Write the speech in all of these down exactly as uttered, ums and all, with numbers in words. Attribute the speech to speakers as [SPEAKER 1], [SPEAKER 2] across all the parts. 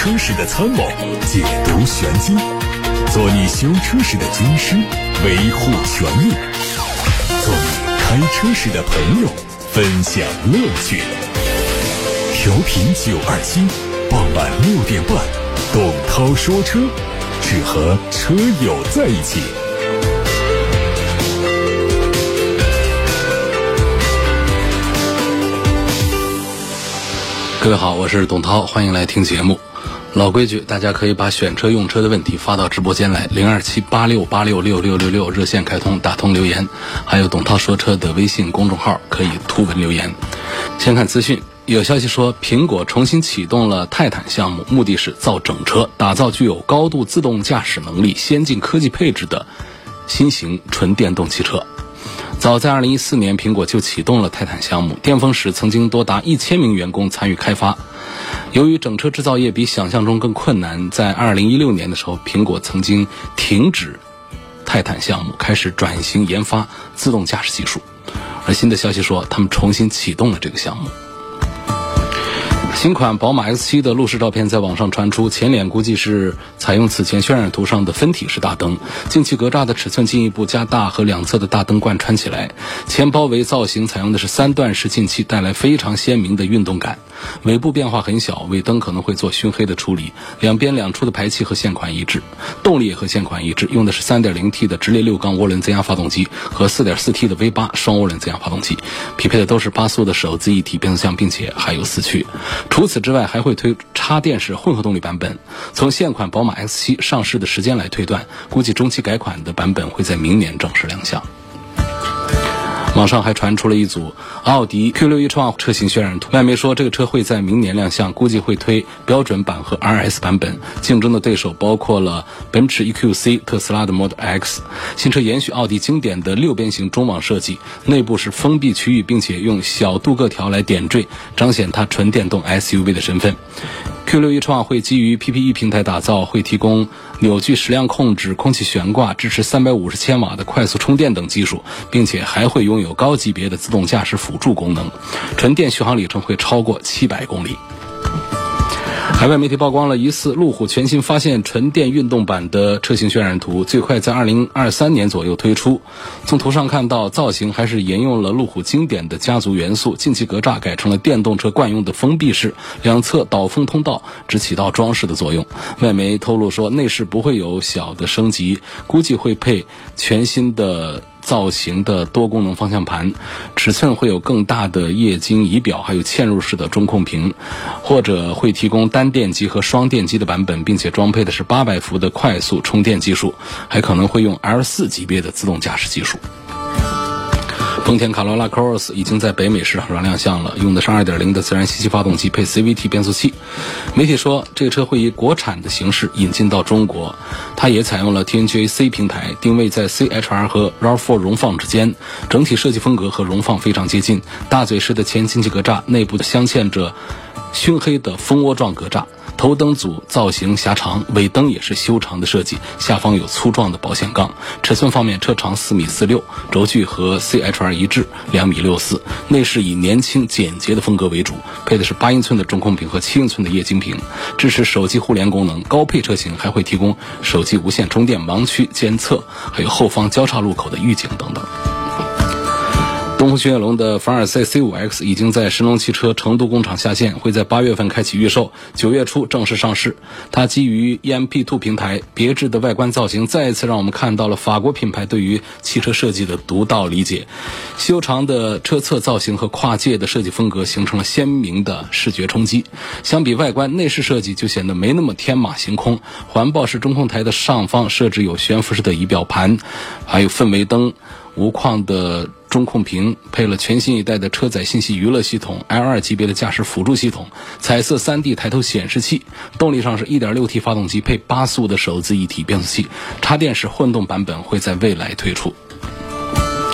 [SPEAKER 1] 车时的参谋，解读玄机，做你修车时的军师，维护权益，做你开车时的朋友，分享乐趣。调频九二七，傍晚六点半，董涛说车，只和车友在一起。
[SPEAKER 2] 各位好，我是董涛，欢迎来听节目。老规矩，大家可以把选车用车的问题发到直播间来，零二七八六八六六六六六热线开通，打通留言，还有董涛说车的微信公众号可以图文留言。先看资讯，有消息说苹果重新启动了泰坦项目，目的是造整车，打造具有高度自动驾驶能力、先进科技配置的新型纯电动汽车。早在二零一四年，苹果就启动了泰坦项目，巅峰时曾经多达一千名员工参与开发。由于整车制造业比想象中更困难，在二零一六年的时候，苹果曾经停止泰坦项目，开始转型研发自动驾驶技术。而新的消息说，他们重新启动了这个项目。新款宝马 X 七 的路试照片在网上传出，前脸估计是采用此前渲染图上的分体式大灯，进气格栅的尺寸进一步加大，和两侧的大灯贯穿起来。前包围造型采用的是三段式进气，带来非常鲜明的运动感。尾部变化很小，尾灯可能会做熏黑的处理，两边两出的排气和现款一致，动力也和现款一致，用的是 三点零 T 的直列六缸涡轮增压发动机和 四点四 T 的 V 八 双涡轮增压发动机，匹配的都是八速的手自一体变速箱，并且还有四驱。除此之外，还会推插电式混合动力版本。从现款宝马 X 七 上市的时间来推断，估计中期改款的版本会在明年正式亮相。网上还传出了一组奥迪 Q 六 e-tron 车型渲染图，外媒说这个车会在明年亮相，估计会推标准版和 R S 版本。竞争的对手包括了奔驰 E Q C、特斯拉的 Model X。新车延续奥迪经典的六边形中网设计，内部是封闭区域，并且用小镀铬条来点缀，彰显它纯电动 S U V 的身份。Q 六 e-tron 会基于 P P E 平台打造，会提供扭矩矢量控制、空气悬挂、支持三百五十千瓦的快速充电等技术，并且还会拥有高级别的自动驾驶辅助功能，纯电续航里程会超过七百公里。海外媒体曝光了疑似路虎全新发现纯电运动版的车型渲染图，最快在二零二三年左右推出。从图上看到，造型还是沿用了路虎经典的家族元素，进气格栅改成了电动车惯用的封闭式，两侧导风通道只起到装饰的作用。外媒透露说，内饰不会有小的升级，估计会配全新的造型的多功能方向盘，尺寸会有更大的液晶仪表，还有嵌入式的中控屏，或者会提供单电机和双电机的版本，并且装配的是八百伏的快速充电技术，还可能会用 L 四 级别的自动驾驶技术。丰田卡罗拉 Cross 已经在北美市场上亮相了，用的是 二点零 的自然吸气发动机配 C V T 变速器。媒体说这个车会以国产的形式引进到中国，它也采用了 T N G A C 平台，定位在 C H R 和 R A V 四 荣放之间，整体设计风格和荣放非常接近。大嘴式的前进气格栅内部镶嵌着熏黑的蜂窝状格栅，头灯组造型狭长，尾灯也是修长的设计，下方有粗壮的保险杠。尺寸方面，车长四米四六，轴距和 C H R 一致，两米六四。内饰以年轻简洁的风格为主，配的是八英寸的中控屏和七英寸的液晶屏，支持手机互联功能。高配车型还会提供手机无线充电、盲区监测，还有后方交叉路口的预警等等。东风雪铁龙的凡尔赛 C 五 X 已经在神龙汽车成都工厂下线，会在八月份开启预售，九月初正式上市。它基于 E M P 二 平台，别致的外观造型再一次让我们看到了法国品牌对于汽车设计的独到理解。修长的车侧造型和跨界的设计风格形成了鲜明的视觉冲击。相比外观，内饰设计就显得没那么天马行空。环抱式中控台的上方设置有悬浮式的仪表盘，还有氛围灯，无框的中控屏，配了全新一代的车载信息娱乐系统 L 二 级别的驾驶辅助系统，彩色 三 D 抬头显示器。动力上是 一点六 T 发动机配八速的手自一体变速器，插电式混动版本会在未来推出。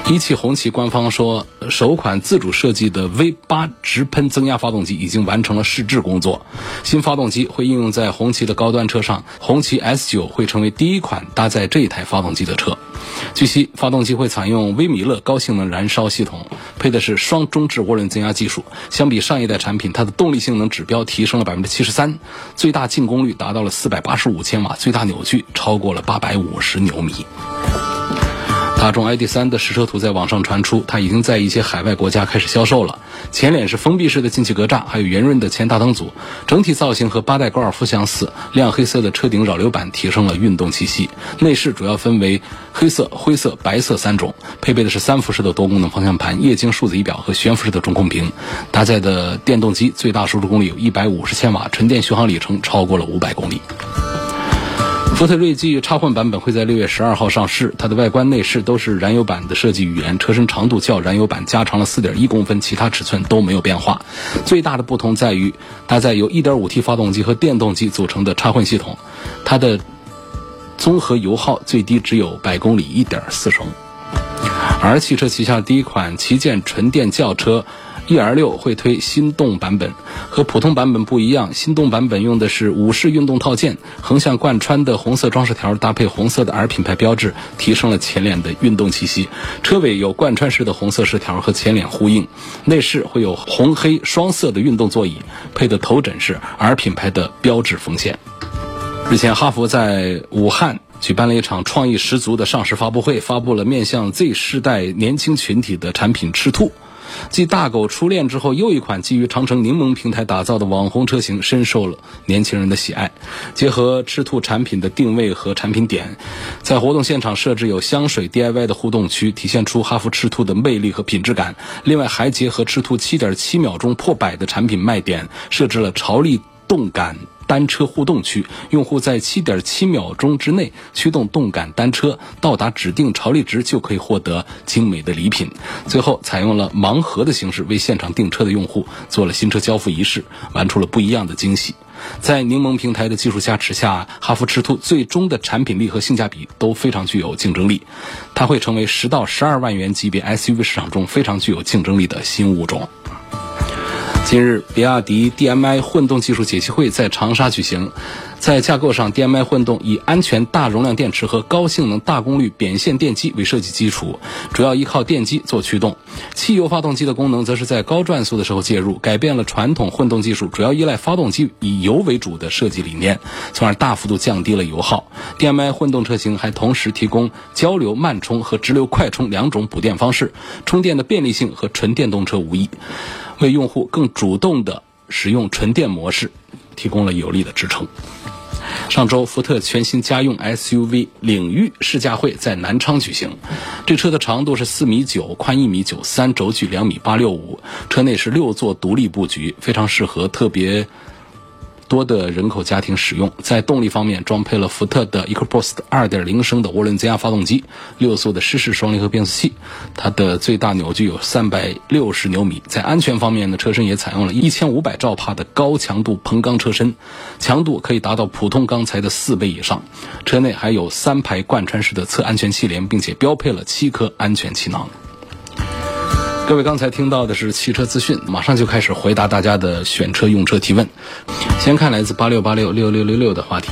[SPEAKER 2] 一汽红旗官方说，首款自主设计的 V 八 直喷增压发动机已经完成了试制工作，新发动机会应用在红旗的高端车上，红旗 S 九 会成为第一款搭载这一台发动机的车。据悉，发动机会采用威米勒高性能燃烧系统，配的是双中置涡轮增压技术。相比上一代产品，它的动力性能指标提升了 百分之七十三， 最大净功率达到了四百八十五千瓦，最大扭矩超过了八百五十牛米。大众 I D 三 的实车图在网上传出，它已经在一些海外国家开始销售了。前脸是封闭式的进气格栅，还有圆润的前大灯组，整体造型和八代高尔夫相似。亮黑色的车顶扰流板提升了运动气息。内饰主要分为黑色、灰色、白色三种，配备的是三辐式的多功能方向盘、液晶数字仪表和悬浮式的中控屏。搭载的电动机最大输出功率有一百五十千瓦，纯电续航里程超过了五百公里。福特锐际插混版本会在六月十二号上市，它的外观内饰都是燃油版的设计语言，车身长度较燃油版加长了 四点一公分，其他尺寸都没有变化。最大的不同在于搭载由 一点五 T 发动机和电动机组成的插混系统，它的综合油耗最低只有百公里 一点四升。而汽车旗下第一款旗舰纯电轿车E R 六 会推心动版本，和普通版本不一样，心动版本用的是五式运动套件，横向贯穿的红色装饰条搭配红色的 R 品牌标志，提升了前脸的运动气息。车尾有贯穿式的红色饰条和前脸呼应，内饰会有红黑双色的运动座椅，配的头枕是 R 品牌的标志风线。日前，哈弗在武汉举办了一场创意十足的上市发布会，发布了面向 Z 世代年轻群体的产品赤兔。继大狗初恋之后，又一款基于长城柠檬平台打造的网红车型深受了年轻人的喜爱。结合赤兔产品的定位和产品点，在活动现场设置有香水 D I Y 的互动区，体现出哈弗赤兔的魅力和品质感。另外还结合赤兔 七点七秒钟破百的产品卖点，设置了潮力动感单车互动区，用户在 七点七秒钟之内驱动动感单车，到达指定潮力值就可以获得精美的礼品。最后采用了盲盒的形式，为现场订车的用户做了新车交付仪式，玩出了不一样的惊喜。在柠檬平台的技术加持下，哈弗赤兔最终的产品力和性价比都非常具有竞争力，它会成为十到十二万元级别 S U V 市场中非常具有竞争力的新物种。近日，比亚迪 D M I 混动技术解析会在长沙举行。在架构上， D M I 混动以安全大容量电池和高性能大功率扁线电机为设计基础，主要依靠电机做驱动。汽油发动机的功能则是在高转速的时候介入，改变了传统混动技术主要依赖发动机以油为主的设计理念，从而大幅度降低了油耗。 D M I 混动车型还同时提供交流慢充和直流快充两种补电方式，充电的便利性和纯电动车无异，为用户更主动地使用纯电模式提供了有力的支撑。上周，福特全新家用 S U V 领域试驾会在南昌举行。这车的长度是四米九，宽一米九三，轴距两米八六五。车内是六座独立布局，非常适合特别多的人口家庭使用。在动力方面，装配了福特的 EcoBoost 二点零 升的涡轮增压发动机，六速的湿式双离合变速器，它的最大扭矩有三百六十牛米。在安全方面呢，车身也采用了一千五百兆帕的高强度硼钢车身，强度可以达到普通钢材的四倍以上。车内还有三排贯穿式的侧安全气帘，并且标配了七颗安全气囊。各位刚才听到的是汽车资讯，马上就开始回答大家的选车用车提问。先看来自八六八六六六六六的话题。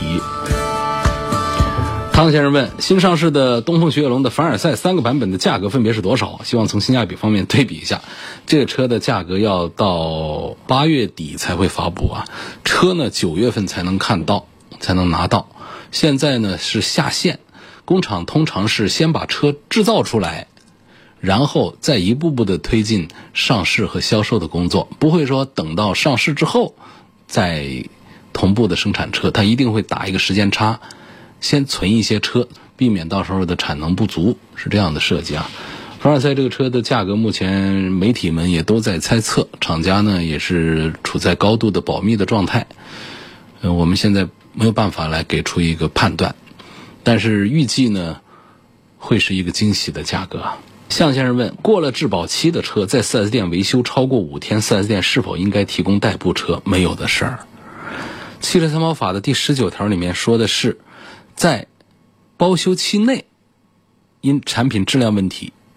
[SPEAKER 2] 汤先生问，新上市的东风雪铁龙的凡尔赛三个版本的价格分别是多少？希望从性价比方面对比一下。这个车的价格要到八月底才会发布啊，车呢九月份才能看到，才能拿到。现在呢是下线，工厂通常是先把车制造出来，然后再一步步的推进上市和销售的工作，不会说等到上市之后再同步的生产车，它一定会打一个时间差，先存一些车，避免到时候的产能不足，是这样的设计啊。凡尔赛这个车的价格目前媒体们也都在猜测，厂家呢也是处在高度的保密的状态，呃，我们现在没有办法来给出一个判断，但是预计呢会是一个惊喜的价格啊。向先生问，过了质保期的车在 四 S 店维修超过五天， 四 S 店是否应该提供代步车？没有的事儿。汽车三包法的第十九条里面说的是，在包修期内因产品质量问题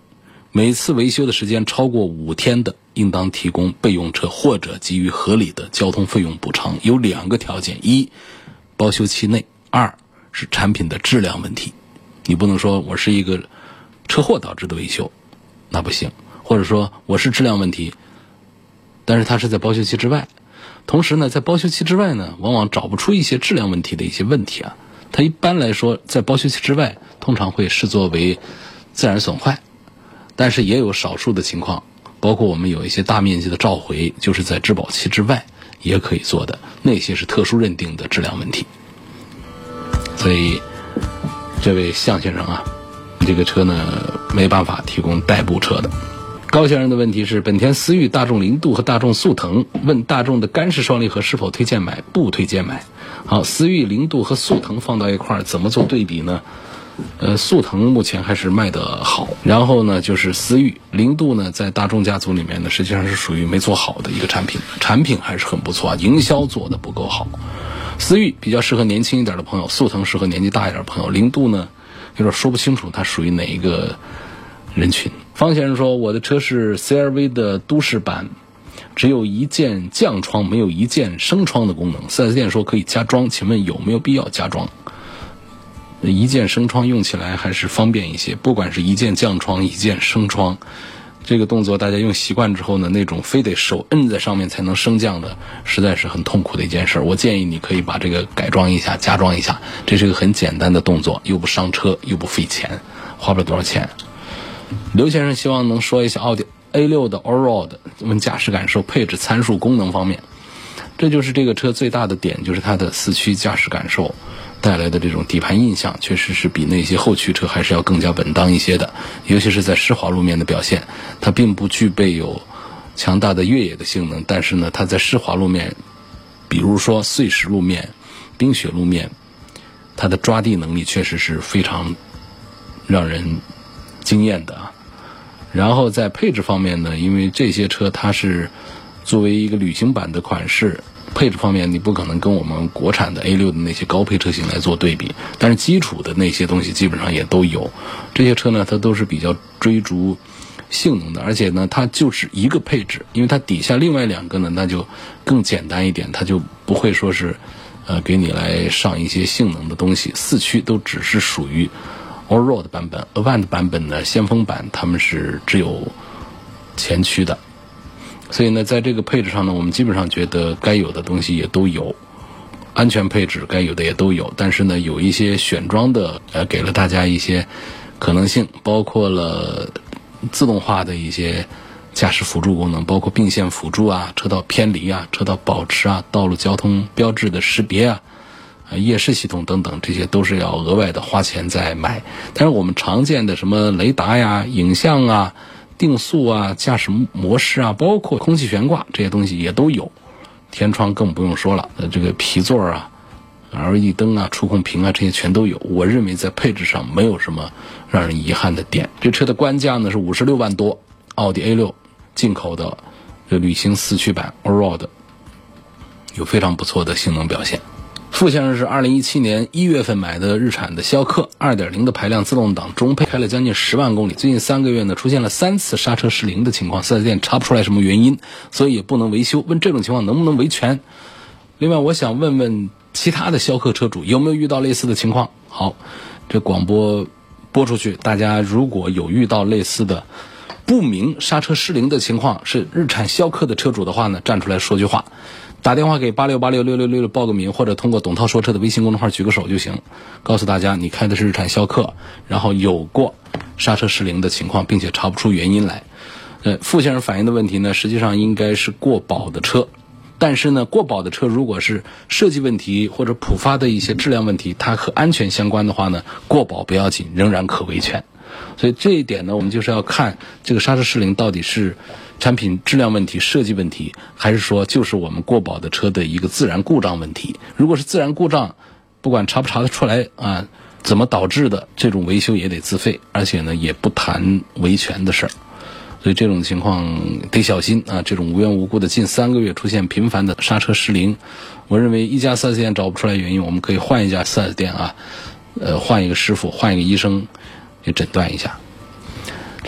[SPEAKER 2] 每次维修的时间超过五天的，应当提供备用车或者给予合理的交通费用补偿。有两个条件：一，保修期内；二是产品的质量问题。你不能说我是一个车祸导致的维修，那不行；或者说我是质量问题，但是它是在保修期之外。同时呢，在保修期之外呢，往往找不出一些质量问题的一些问题啊。它一般来说，在保修期之外，通常会视作为自然损坏。但是也有少数的情况，包括我们有一些大面积的召回，就是在质保期之外也可以做的，那些是特殊认定的质量问题。所以这位向先生啊，这个车呢没办法提供代步车的。高先生的问题是：本田思域、大众凌渡和大众速腾，问大众的干式双离合是否推荐买？不推荐买。好，思域、凌渡和速腾放到一块儿，怎么做对比呢？呃，速腾目前还是卖得好，然后呢就是思域，凌渡呢在大众家族里面呢实际上是属于没做好的一个产品，产品还是很不错啊，营销做的不够好。思域比较适合年轻一点的朋友，速腾适合年纪大一点的朋友，凌渡呢有点说不清楚它属于哪一个人群。方先生说，我的车是 C R V 的都市版，只有一键降窗，没有一键升窗的功能， 四 S 店说可以加装，请问有没有必要加装？一键升窗用起来还是方便一些，不管是一键降窗、一键升窗，这个动作大家用习惯之后呢，那种非得手摁在上面才能升降的，实在是很痛苦的一件事。我建议你可以把这个改装一下，加装一下，这是一个很简单的动作，又不伤车，又不费钱，花不了多少钱。刘先生希望能说一下奥迪 A 六 的 Allroad， 问驾驶感受、配置、参数、功能方面。这就是这个车最大的点，就是它的四驱驾驶感受带来的这种底盘印象，确实是比那些后驱车还是要更加稳当一些的，尤其是在湿滑路面的表现。它并不具备有强大的越野的性能，但是呢，它在湿滑路面，比如说碎石路面、冰雪路面，它的抓地能力确实是非常让人惊艳的啊。然后在配置方面呢，因为这些车它是作为一个旅行版的款式，配置方面你不可能跟我们国产的 A 六 的那些高配车型来做对比，但是基础的那些东西基本上也都有。这些车呢，它都是比较追逐性能的，而且呢它就是一个配置，因为它底下另外两个呢那就更简单一点，它就不会说是呃给你来上一些性能的东西。四驱都只是属于 Allroad 版本， Avant 版本呢，先锋版他们是只有前驱的。所以呢，在这个配置上呢，我们基本上觉得该有的东西也都有，安全配置该有的也都有，但是呢，有一些选装的，呃，给了大家一些可能性，包括了自动化的一些驾驶辅助功能，包括并线辅助啊、车道偏离啊、车道保持啊、道路交通标志的识别啊、呃、夜视系统等等，这些都是要额外的花钱再买。但是我们常见的什么雷达呀、影像啊、定速啊、驾驶模式啊，包括空气悬挂这些东西也都有，天窗更不用说了，呃，这个皮座啊、L E D 灯啊、触控屏啊，这些全都有。我认为在配置上没有什么让人遗憾的点。这车的官价呢是五十六万多，奥迪 A 六 进口的这旅行四驱版 Allroad 有非常不错的性能表现。傅先生是二零一七年一月份买的日产的逍客 二点零 的排量自动挡中配，开了将近十万公里，最近三个月呢出现了三次刹车失灵的情况， 四 S 店查不出来什么原因，所以也不能维修。问这种情况能不能维权？另外我想问问其他的逍客车主有没有遇到类似的情况。好，这广播播出去，大家如果有遇到类似的不明刹车失灵的情况，是日产逍客的车主的话呢，站出来说句话，打电话给八六八六六六六六报个名，或者通过董涛说车的微信公众号举个手就行，告诉大家你开的是日产逍客，然后有过刹车失灵的情况，并且查不出原因来。呃，傅先生反映的问题呢，实际上应该是过保的车，但是呢，过保的车如果是设计问题或者普发的一些质量问题，它和安全相关的话呢，过保不要紧，仍然可维权。所以这一点呢，我们就是要看这个刹车失灵到底是产品质量问题、设计问题，还是说就是我们过保的车的一个自然故障问题。如果是自然故障，不管查不查得出来啊，怎么导致的，这种维修也得自费，而且呢也不谈维权的事儿。所以这种情况得小心啊！这种无缘无故的近三个月出现频繁的刹车失灵，我认为一家 四 S 店找不出来原因，我们可以换一家 四 S 店啊，呃，换一个师傅，换一个医生给诊断一下。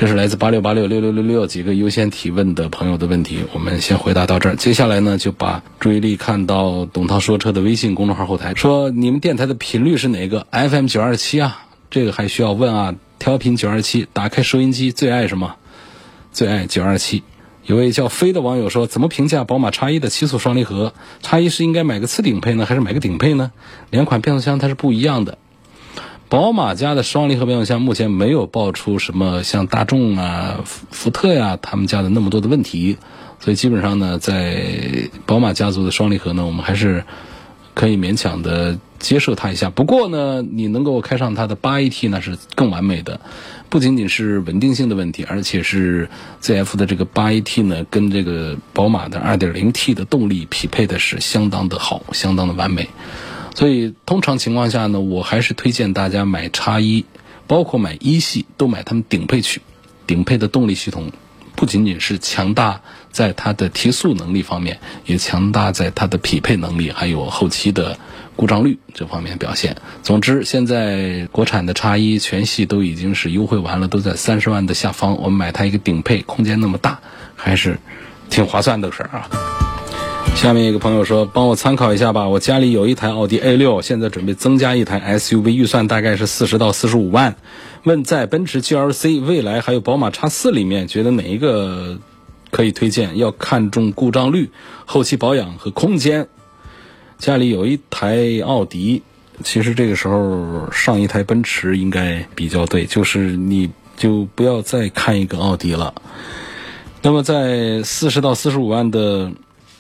[SPEAKER 2] 这是来自八六八六六六六六几个优先提问的朋友的问题，我们先回答到这儿。接下来呢，就把注意力看到董涛说车的微信公众号后台，说你们电台的频率是哪个 ？F M 九二七啊，这个还需要问啊？调频九二七，打开收音机最爱什么？最爱九二七。有位叫飞的网友说，怎么评价宝马 X 一 的七速双离合？ X 一 是应该买个次顶配呢，还是买个顶配呢？两款变速箱它是不一样的。宝马家的双离合变速箱目前没有爆出什么像大众啊、福特呀、啊、他们家的那么多的问题，所以基本上呢，在宝马家族的双离合呢，我们还是可以勉强的接受它一下。不过呢，你能够开上它的 八 A T 那是更完美的，不仅仅是稳定性的问题，而且是 Z F 的这个 八 A T 呢，跟这个宝马的 二点零 T 的动力匹配的是相当的好，相当的完美。所以通常情况下呢，我还是推荐大家买 X 一，包括买一系都买他们顶配去。顶配的动力系统不仅仅是强大在它的提速能力方面，也强大在它的匹配能力，还有后期的故障率这方面表现。总之，现在国产的 X 一全系都已经是优惠完了，都在三十万的下方，我们买它一个顶配，空间那么大，还是挺划算的事儿啊。下面一个朋友说，帮我参考一下吧，我家里有一台奥迪 A 六， 现在准备增加一台 S U V， 预算大概是四十到四十五万，问在奔驰 G L C、 蔚来还有宝马 X 四 里面觉得哪一个可以推荐？要看重故障率、后期保养和空间。家里有一台奥迪，其实这个时候上一台奔驰应该比较对，就是你就不要再看一个奥迪了。那么在四十到四十五万的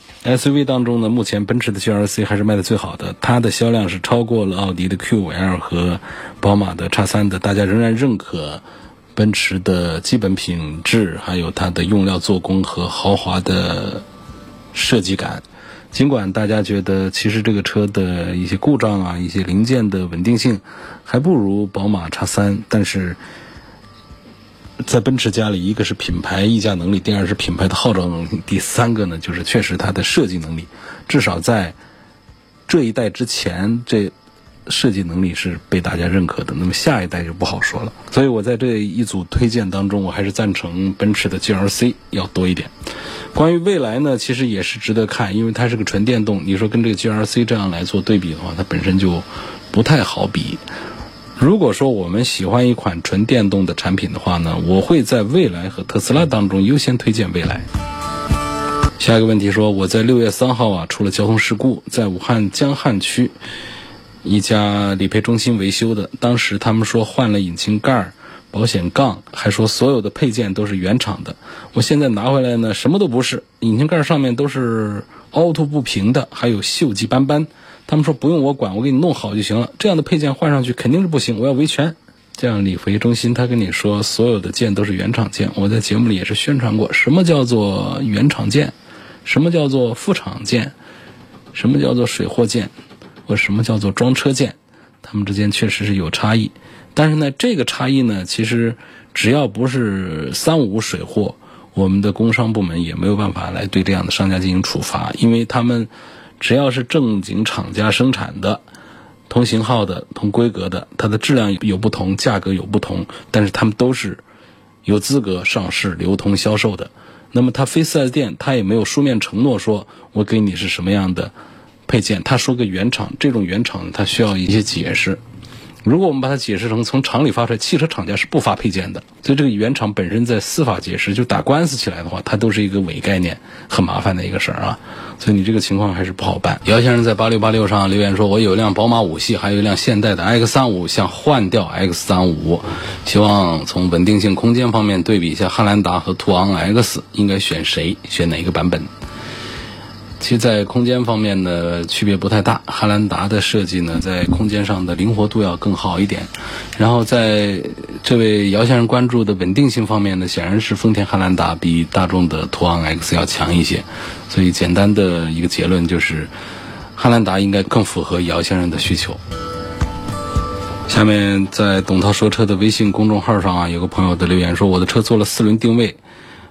[SPEAKER 2] S U V 当中呢，目前奔驰的 G L C 还是卖的最好的，它的销量是超过了奥迪的 Q 五 L 和宝马的 X 三 的，大家仍然认可奔驰的基本品质，还有它的用料做工和豪华的设计感。尽管大家觉得其实这个车的一些故障啊，一些零件的稳定性还不如宝马 X 三，但是在奔驰家里，一个是品牌溢价能力，第二是品牌的号召能力，第三个呢就是确实它的设计能力，至少在这一代之前，这设计能力是被大家认可的，那么下一代就不好说了。所以我在这一组推荐当中，我还是赞成奔驰的 G L C 要多一点。关于蔚来呢，其实也是值得看，因为它是个纯电动，你说跟这个 G L C 这样来做对比的话，它本身就不太好比。如果说我们喜欢一款纯电动的产品的话呢，我会在蔚来和特斯拉当中优先推荐蔚来。下一个问题说，我在六月三号啊出了交通事故，在武汉江汉区一家理赔中心维修的，当时他们说换了引擎盖、保险杠，还说所有的配件都是原厂的。我现在拿回来呢，什么都不是，引擎盖上面都是凹凸不平的，还有锈迹斑斑。他们说不用我管，我给你弄好就行了，这样的配件换上去肯定是不行，我要维权。这样理赔中心他跟你说所有的件都是原厂件，我在节目里也是宣传过，什么叫做原厂件，什么叫做副厂件，什么叫做水货件，或什么叫做装车件，它们之间确实是有差异。但是呢，这个差异呢，其实只要不是三无水货，我们的工商部门也没有办法来对这样的商家进行处罚，因为他们只要是正经厂家生产的，同型号的、同规格的，它的质量有不同，价格有不同，但是他们都是有资格上市、流通、销售的。那么他非 四 S 店，他也没有书面承诺说我给你是什么样的配件，他说个原厂，这种原厂它需要一些解释。如果我们把它解释成从厂里发出来，汽车厂家是不发配件的，所以这个原厂本身在司法解释就打官司起来的话，它都是一个伪概念，很麻烦的一个事儿啊。所以你这个情况还是不好办。姚先生在八六八六上留言说，我有一辆宝马五系，还有一辆现代的 X 三十五， 想换掉 X 三十五， 希望从稳定性、空间方面对比一下汉兰达和途昂 X， 应该选谁，选哪一个版本？其实在空间方面呢区别不太大，汉兰达的设计呢在空间上的灵活度要更好一点，然后在这位姚先生关注的稳定性方面呢，显然是丰田汉兰达比大众的途昂 X 要强一些，所以简单的一个结论就是汉兰达应该更符合姚先生的需求。下面在董涛说车的微信公众号上啊，有个朋友的留言说，我的车做了四轮定位，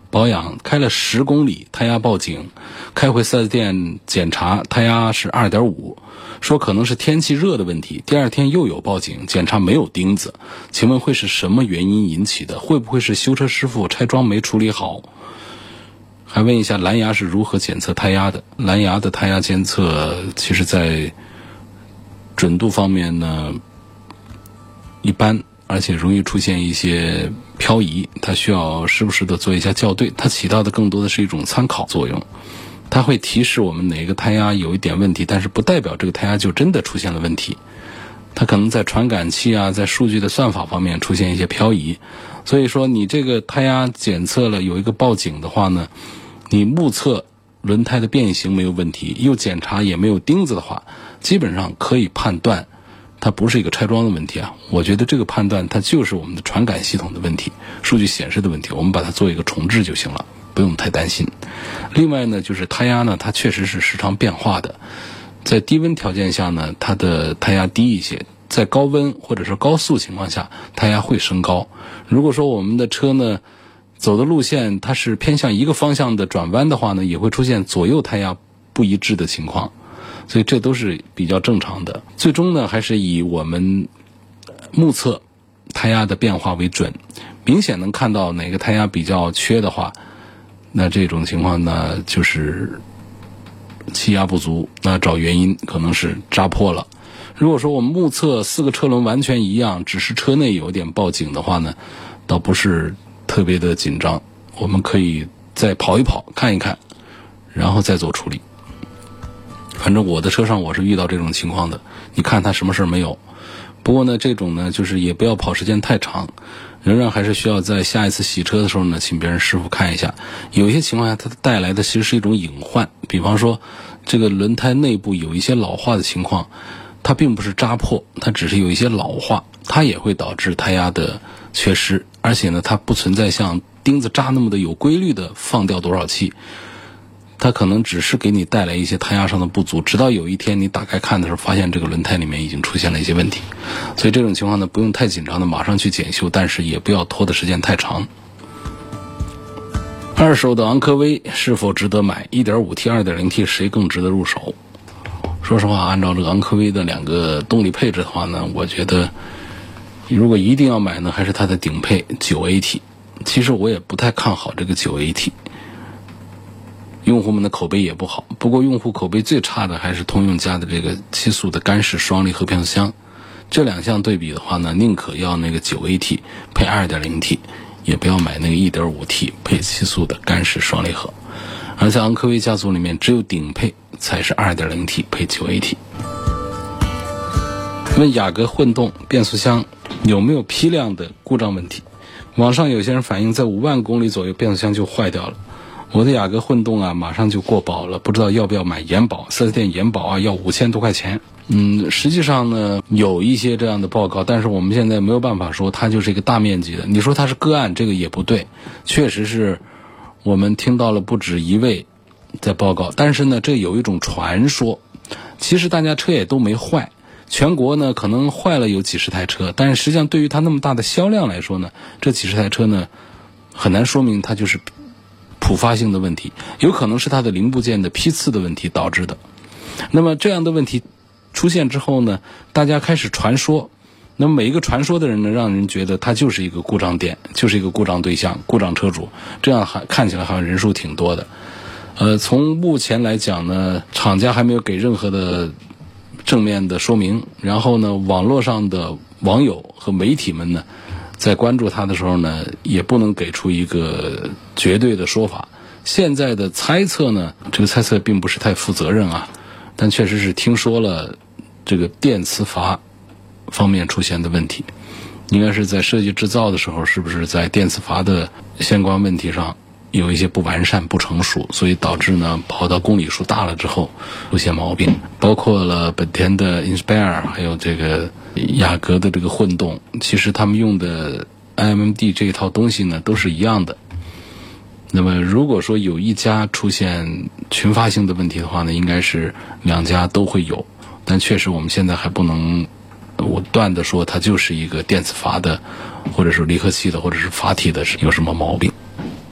[SPEAKER 2] 保养，开了十公里胎压报警，开回 四 S 店检查，胎压是 二点五， 说可能是天气热的问题。第二天又有报警，检查没有钉子，请问会是什么原因引起的？会不会是修车师傅拆装没处理好？还问一下蓝牙是如何检测胎压的？蓝牙的胎压监测其实在准度方面呢一般，而且容易出现一些漂移，它需要时不时的做一下校对，它起到的更多的是一种参考作用。它会提示我们哪个胎压有一点问题，但是不代表这个胎压就真的出现了问题。它可能在传感器啊，在数据的算法方面出现一些漂移。所以说你这个胎压检测了有一个报警的话呢，你目测轮胎的变形没有问题，又检查也没有钉子的话，基本上可以判断它不是一个拆装的问题啊。我觉得这个判断它就是我们的传感系统的问题，数据显示的问题，我们把它做一个重置就行了，不用太担心。另外呢，就是胎压呢，它确实是时常变化的。在低温条件下呢，它的胎压低一些，在高温或者是高速情况下，胎压会升高。如果说我们的车呢走的路线它是偏向一个方向的转弯的话呢，也会出现左右胎压不一致的情况，所以这都是比较正常的。最终呢，还是以我们目测胎压的变化为准，明显能看到哪个胎压比较缺的话，那这种情况呢就是气压不足，那找原因可能是扎破了。如果说我们目测四个车轮完全一样，只是车内有点报警的话呢，倒不是特别的紧张，我们可以再跑一跑看一看，然后再做处理。反正我的车上我是遇到这种情况的，你看它什么事没有。不过呢，这种呢就是也不要跑时间太长，仍然还是需要在下一次洗车的时候呢，请别人师傅看一下。有一些情况下它带来的其实是一种隐患，比方说这个轮胎内部有一些老化的情况，它并不是扎破，它只是有一些老化，它也会导致胎压的缺失。而且呢，它不存在像钉子扎那么的有规律的放掉多少气，它可能只是给你带来一些胎压上的不足，直到有一天你打开看的时候，发现这个轮胎里面已经出现了一些问题。所以这种情况呢，不用太紧张的马上去检修，但是也不要拖的时间太长。二手的昂科威是否值得买？ 一点五 T 二点零 T 谁更值得入手？说实话，按照这个昂科威的两个动力配置的话呢，我觉得如果一定要买呢，还是它的顶配 九 A T。 其实我也不太看好这个 九 A T， 用户们的口碑也不好。不过用户口碑最差的还是通用家的这个七速的干式双离合变速箱。这两项对比的话呢，宁可要那个 九 A T 配 二点零 T， 也不要买那个 一点五 T 配七速的干式双离合。而在昂科威家族里面，只有顶配才是 二点零 T 配 九 A T。 问雅阁混动变速箱有没有批量的故障问题？网上有些人反映在五万公里左右变速箱就坏掉了。我的雅阁混动啊，马上就过保了，不知道要不要买延保， 四 S 店延保啊要五千多块钱。嗯，实际上呢有一些这样的报告，但是我们现在没有办法说它就是一个大面积的。你说它是个案，这个也不对，确实是我们听到了不止一位在报告，但是呢这有一种传说，其实大家车也都没坏，全国呢可能坏了有几十台车，但是实际上对于它那么大的销量来说呢，这几十台车呢很难说明它就是普发性的问题，有可能是它的零部件的批次的问题导致的。那么这样的问题出现之后呢，大家开始传说，那么每一个传说的人呢，让人觉得他就是一个故障点，就是一个故障对象，故障车主，这样还看起来好像人数挺多的。呃，从目前来讲呢，厂家还没有给任何的正面的说明，然后呢，网络上的网友和媒体们呢，在关注他的时候呢，也不能给出一个绝对的说法。现在的猜测呢，这个猜测并不是太负责任啊，但确实是听说了这个电磁阀方面出现的问题，应该是在设计制造的时候，是不是在电磁阀的相关问题上有一些不完善不成熟，所以导致呢跑到公里数大了之后出现毛病。包括了本田的 Inspire 还有这个雅阁的这个混动，其实他们用的 I M M D 这一套东西呢都是一样的。那么如果说有一家出现群发性的问题的话呢，应该是两家都会有，但确实我们现在还不能武断的说它就是一个电磁阀的或者是离合器的或者是阀体的有什么毛病。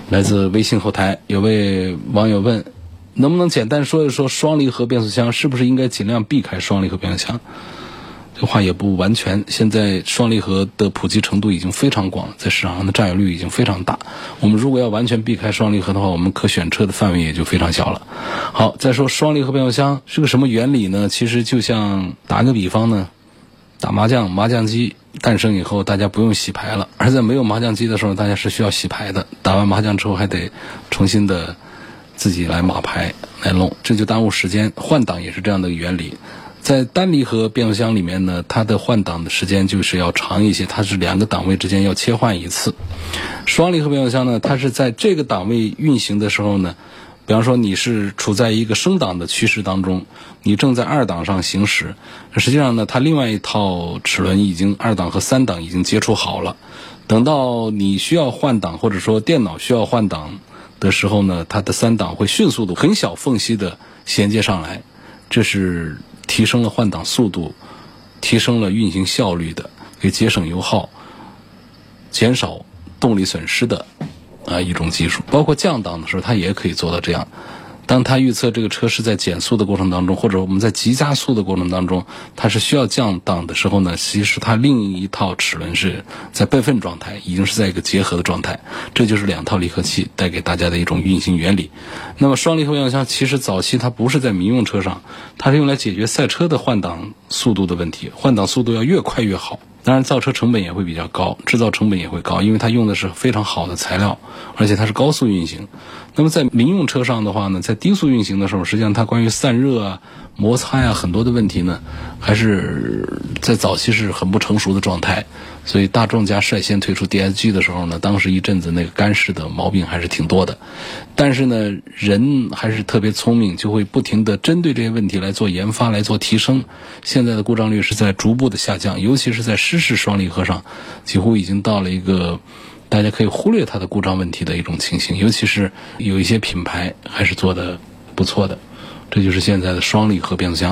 [SPEAKER 2] 来自微信后台有位网友问，能不能简单说一说双离合变速箱是不是应该尽量避开双离合变速箱？这话也不完全，现在双离合的普及程度已经非常广了，在市场上的占有率已经非常大。我们如果要完全避开双离合的话，我们可选车的范围也就非常小了。好，再说双离合变速箱是个什么原理呢？其实就像打个比方呢，打麻将，麻将机诞生以后大家不用洗牌了，而在没有麻将机的时候大家是需要洗牌的，打完麻将之后还得重新的自己来码牌来弄，这就耽误时间。换挡也是这样的原理，在单离合变速箱里面呢，它的换挡的时间就是要长一些，它是两个档位之间要切换一次。双离合变速箱呢，它是在这个档位运行的时候呢，比方说你是处在一个升档的趋势当中，你正在二档上行驶，实际上呢，它另外一套齿轮已经二档和三档已经接触好了，等到你需要换挡或者说电脑需要换挡的时候呢，它的三档会迅速的很小缝隙的衔接上来，这是提升了换挡速度，提升了运行效率的，可以节省油耗，减少动力损失的啊一种技术。包括降档的时候它也可以做到这样，当它预测这个车是在减速的过程当中，或者我们在急加速的过程当中，它是需要降档的时候呢，其实它另一套齿轮是在备份状态，已经是在一个结合的状态，这就是两套离合器带给大家的一种运行原理。那么双离合变速箱其实早期它不是在民用车上，它是用来解决赛车的换挡速度的问题，换挡速度要越快越好，当然造车成本也会比较高，制造成本也会高，因为它用的是非常好的材料，而且它是高速运行。那么在民用车上的话呢，在低速运行的时候，实际上它关于散热啊、摩擦呀、啊、很多的问题呢，还是在早期是很不成熟的状态。所以大众家率先推出 D S G 的时候呢，当时一阵子那个干式的毛病还是挺多的。但是呢，人还是特别聪明，就会不停地针对这些问题来做研发，来做提升。现在的故障率是在逐步的下降，尤其是在湿式双离合上，几乎已经到了一个大家可以忽略它的故障问题的一种情形，尤其是有一些品牌还是做得不错的。这就是现在的双离合变速箱。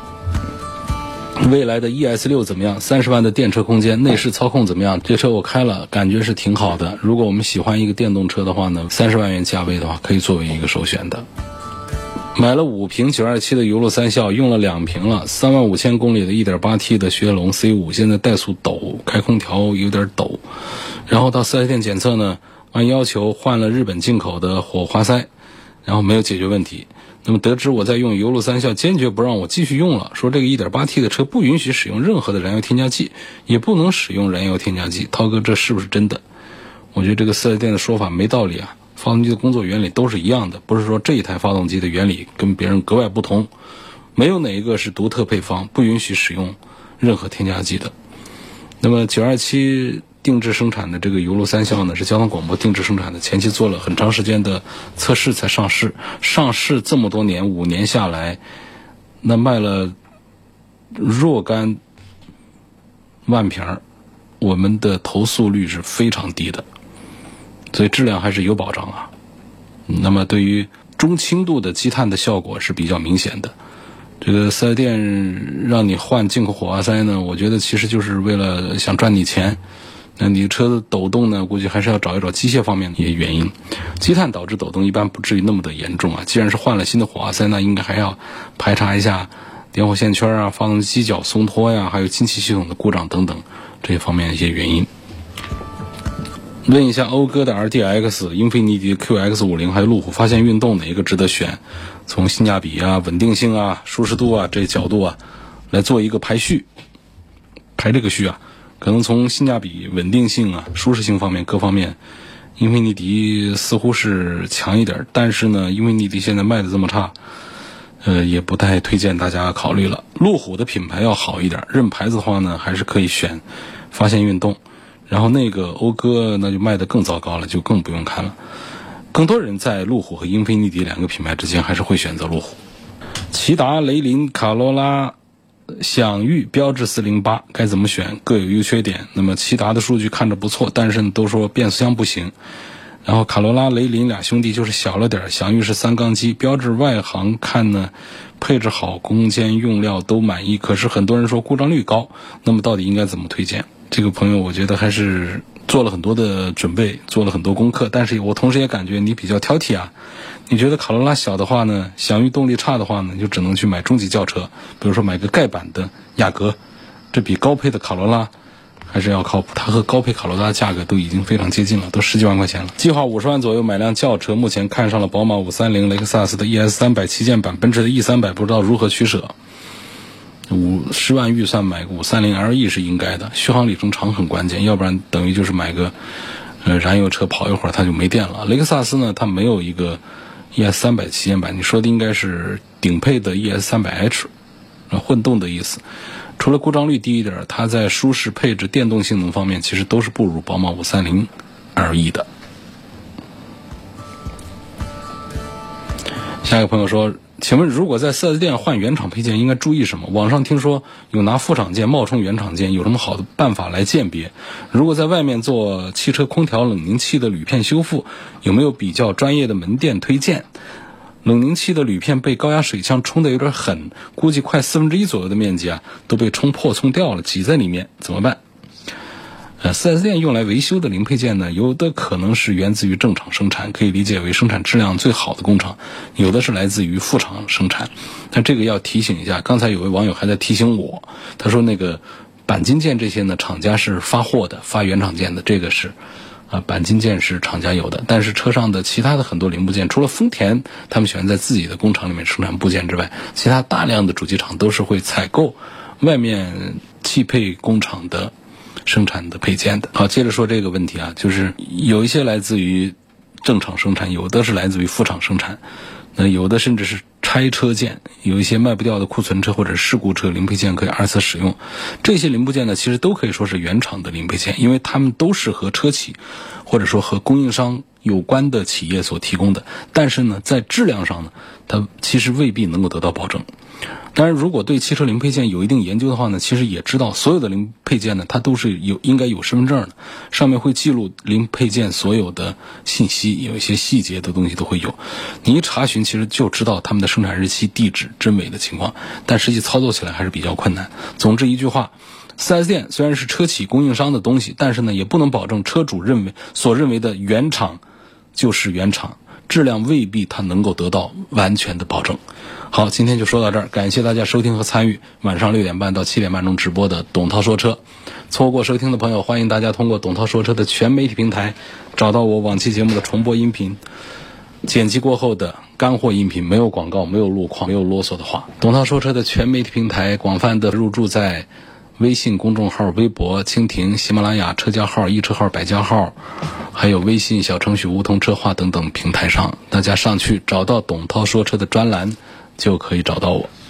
[SPEAKER 2] 未来的 E S 六 怎么样？三十万的电车空间，内饰操控怎么样？这车我开了，感觉是挺好的。如果我们喜欢一个电动车的话呢，三十万元价位的话，可以作为一个首选的。买了五瓶九二七的油路三效，用了两瓶了，三万五千公里的 一点八 T 的雪铁龙 C 五，现在怠速抖，开空调有点抖。然后到四 S 店检测呢，按要求换了日本进口的火花塞，然后没有解决问题。那么得知我在用油路三效，坚决不让我继续用了，说这个 一点八 T 的车不允许使用任何的燃油添加剂，也不能使用燃油添加剂。涛哥，这是不是真的？我觉得这个四 S 店的说法没道理啊。发动机的工作原理都是一样的，不是说这一台发动机的原理跟别人格外不同，没有哪一个是独特配方，不允许使用任何添加剂的。那么九二七定制生产的这个油路三效呢，是交通广播定制生产的，前期做了很长时间的测试才上市。上市这么多年，五年下来，那卖了若干万瓶，我们的投诉率是非常低的，所以质量还是有保障啊。那么对于中轻度的积碳的效果是比较明显的。这个四 S 店让你换进口火花塞呢，我觉得其实就是为了想赚你钱。那你车的抖动呢，估计还是要找一找机械方面的一些原因。积碳导致抖动一般不至于那么的严重啊。既然是换了新的火花塞，那应该还要排查一下点火线圈啊、发动机脚松脱呀，还有进气系统的故障等等这些方面的一些原因。问一下讴歌的 R D X、英菲尼迪 Q X 五十 还有路虎发现运动哪一个值得选？从性价比啊、稳定性啊、舒适度啊这些角度啊来做一个排序，排这个序啊。可能从性价比、稳定性啊、舒适性方面各方面，英菲尼迪似乎是强一点，但是呢，英菲尼迪现在卖的这么差，呃，也不太推荐大家考虑了。路虎的品牌要好一点，认牌子的话呢，还是可以选发现运动。然后那个讴歌那就卖得更糟糕了，就更不用看了。更多人在路虎和英菲尼迪两个品牌之间还是会选择路虎。骐达、雷凌、卡罗拉、享域、标致四零八该怎么选？各有优缺点。那么骐达的数据看着不错，但是都说变速箱不行。然后卡罗拉、雷凌俩兄弟就是小了点，享域是三缸机，标致外行看呢，配置好，空间用料都满意。可是很多人说故障率高，那么到底应该怎么推荐？这个朋友我觉得还是做了很多的准备，做了很多功课，但是我同时也感觉你比较挑剔啊。你觉得卡罗拉小的话呢，享域动力差的话呢，就只能去买中级轿车，比如说买个盖板的雅阁，这比高配的卡罗拉还是要靠谱。它和高配卡罗拉价格都已经非常接近了，都十几万块钱了。计划五十万左右买辆轿车，目前看上了宝马五三零、雷克萨斯的 E S 三百 旗舰版、奔驰的 E 三百，不知道如何取舍。五十万预算买个五三零 L E 是应该的，续航里程长很关键，要不然等于就是买个呃燃油车跑一会儿它就没电了。雷克萨斯呢，它没有一个 E S 三百 旗舰版，你说的应该是顶配的 E S 三百 H， 混动的意思。除了故障率低一点，它在舒适配置、电动性能方面其实都是不如宝马五三零 L E 的。下一个朋友说，请问如果在 四 S 店换原厂配件应该注意什么？网上听说有拿副厂件冒充原厂件，有什么好的办法来鉴别？如果在外面做汽车空调冷凝器的铝片修复，有没有比较专业的门店推荐？冷凝器的铝片被高压水枪冲得有点狠，估计快四分之一左右的面积啊都被冲破冲掉了，挤在里面怎么办？呃 四 S 店用来维修的零配件呢，有的可能是源自于正厂生产，可以理解为生产质量最好的工厂，有的是来自于副厂生产。但这个要提醒一下，刚才有位网友还在提醒我，他说那个钣金件这些呢，厂家是发货的，发原厂件的，这个是啊，钣金件是厂家有的，但是车上的其他的很多零部件，除了丰田他们喜欢在自己的工厂里面生产部件之外，其他大量的主机厂都是会采购外面汽配工厂的生产的配件的。好，接着说这个问题啊，就是有一些来自于正厂生产，有的是来自于副厂生产，那有的甚至是拆车件，有一些卖不掉的库存车或者事故车零配件可以二次使用。这些零部件呢，其实都可以说是原厂的零配件，因为它们都是和车企或者说和供应商有关的企业所提供的，但是呢，在质量上呢，它其实未必能够得到保证。当然，如果对汽车零配件有一定研究的话呢，其实也知道所有的零配件呢，它都是有应该有身份证的，上面会记录零配件所有的信息，有一些细节的东西都会有。你一查询，其实就知道他们的生产日期、地址、真伪的情况，但实际操作起来还是比较困难。总之一句话，四 S 店虽然是车企供应商的东西，但是呢，也不能保证车主认为所认为的原厂就是原厂，质量未必它能够得到完全的保证。好，今天就说到这儿，感谢大家收听和参与晚上六点半到七点半钟直播的董涛说车。错过收听的朋友，欢迎大家通过董涛说车的全媒体平台找到我往期节目的重播音频，剪辑过后的干货音频，没有广告，没有路况，没有啰嗦的话。董涛说车的全媒体平台广泛的入驻在微信公众号、微博、蜻蜓、喜马拉雅、车家号、易车号、百家号，还有微信小程序梧桐车话等等平台上，大家上去找到董涛说车的专栏就可以找到我。